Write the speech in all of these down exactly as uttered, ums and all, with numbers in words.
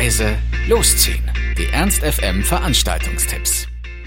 leise, losziehen. Die Ernst F M Veranstaltungstipps.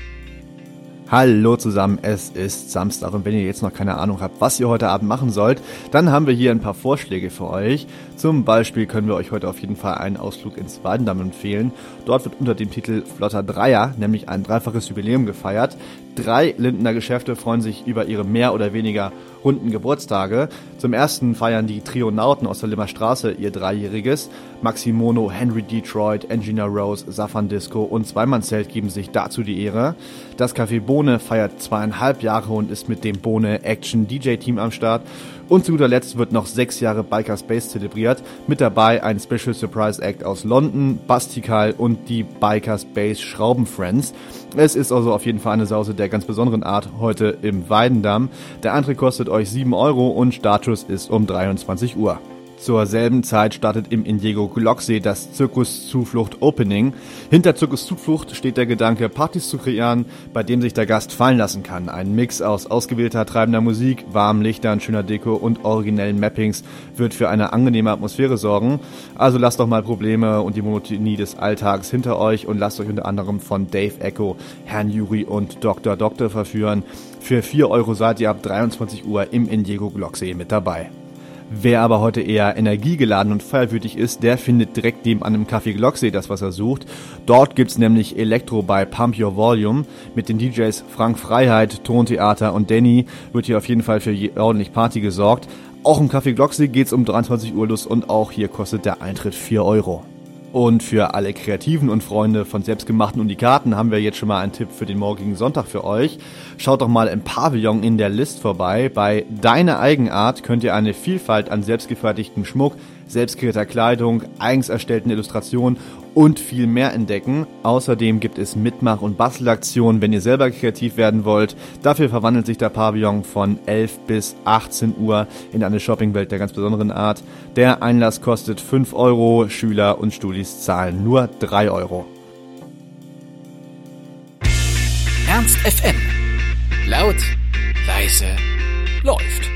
Hallo zusammen, es ist Samstag und wenn ihr jetzt noch keine Ahnung habt, was ihr heute Abend machen sollt, dann haben wir hier ein paar Vorschläge für euch. Zum Beispiel können wir euch heute auf jeden Fall einen Ausflug ins Weidendamm empfehlen. Dort wird unter dem Titel Flotter Dreier nämlich ein dreifaches Jubiläum gefeiert. Drei Lindener Geschäfte freuen sich über ihre mehr oder weniger runden Geburtstage. Zum ersten feiern die Trionauten aus der Limmer Straße ihr Dreijähriges. Maximono, Henry Detroit, Engineer Rose, Safran Disco und Zweimannszelt geben sich dazu die Ehre. Das Café Bohne feiert zweieinhalb Jahre und ist mit dem Bohne Action D J Team am Start. Und zu guter Letzt wird noch sechs Jahre Biker Space zelebriert. Mit dabei ein Special Surprise Act aus London, Bastikal und die Biker Space Schraubenfriends. Es ist also auf jeden Fall eine Sause der ganz besonderen Art heute im Weidendamm. Der Eintritt kostet euch sieben Euro und Startschuss ist um dreiundzwanzig Uhr. Zur selben Zeit startet im Indigo Glocksee das Zirkus Zuflucht Opening. Hinter Zirkus Zuflucht steht der Gedanke, Partys zu kreieren, bei dem sich der Gast fallen lassen kann. Ein Mix aus ausgewählter, treibender Musik, warmen Lichtern, schöner Deko und originellen Mappings wird für eine angenehme Atmosphäre sorgen. Also lasst doch mal Probleme und die Monotonie des Alltags hinter euch und lasst euch unter anderem von Dave Echo, Herrn Juri und Doktor Doktor verführen. Für vier Euro seid ihr ab dreiundzwanzig Uhr im Indigo Glocksee mit dabei. Wer aber heute eher energiegeladen und feierwütig ist, der findet direkt nebenan im Café Glocksee das, was er sucht. Dort gibt's nämlich Elektro bei Pump Your Volume. Mit den D Js Frank Freiheit, Tontheater und Danny wird hier auf jeden Fall für ordentlich Party gesorgt. Auch im Café Glocksee geht's um dreiundzwanzig Uhr los und auch hier kostet der Eintritt vier Euro. Und für alle Kreativen und Freunde von selbstgemachten Unikaten haben wir jetzt schon mal einen Tipp für den morgigen Sonntag für euch. Schaut doch mal im Pavillon in der List vorbei. Bei Deine Eigenart könnt ihr eine Vielfalt an selbstgefertigtem Schmuck, selbstkreierter Kleidung, eigens erstellten Illustrationen und viel mehr entdecken. Außerdem gibt es Mitmach- und Bastelaktionen, wenn ihr selber kreativ werden wollt. Dafür verwandelt sich der Pavillon von elf bis achtzehn Uhr in eine Shoppingwelt der ganz besonderen Art. Der Einlass kostet fünf Euro, Schüler und Studis zahlen nur drei Euro. Ernst F M. Laut, leise, läuft.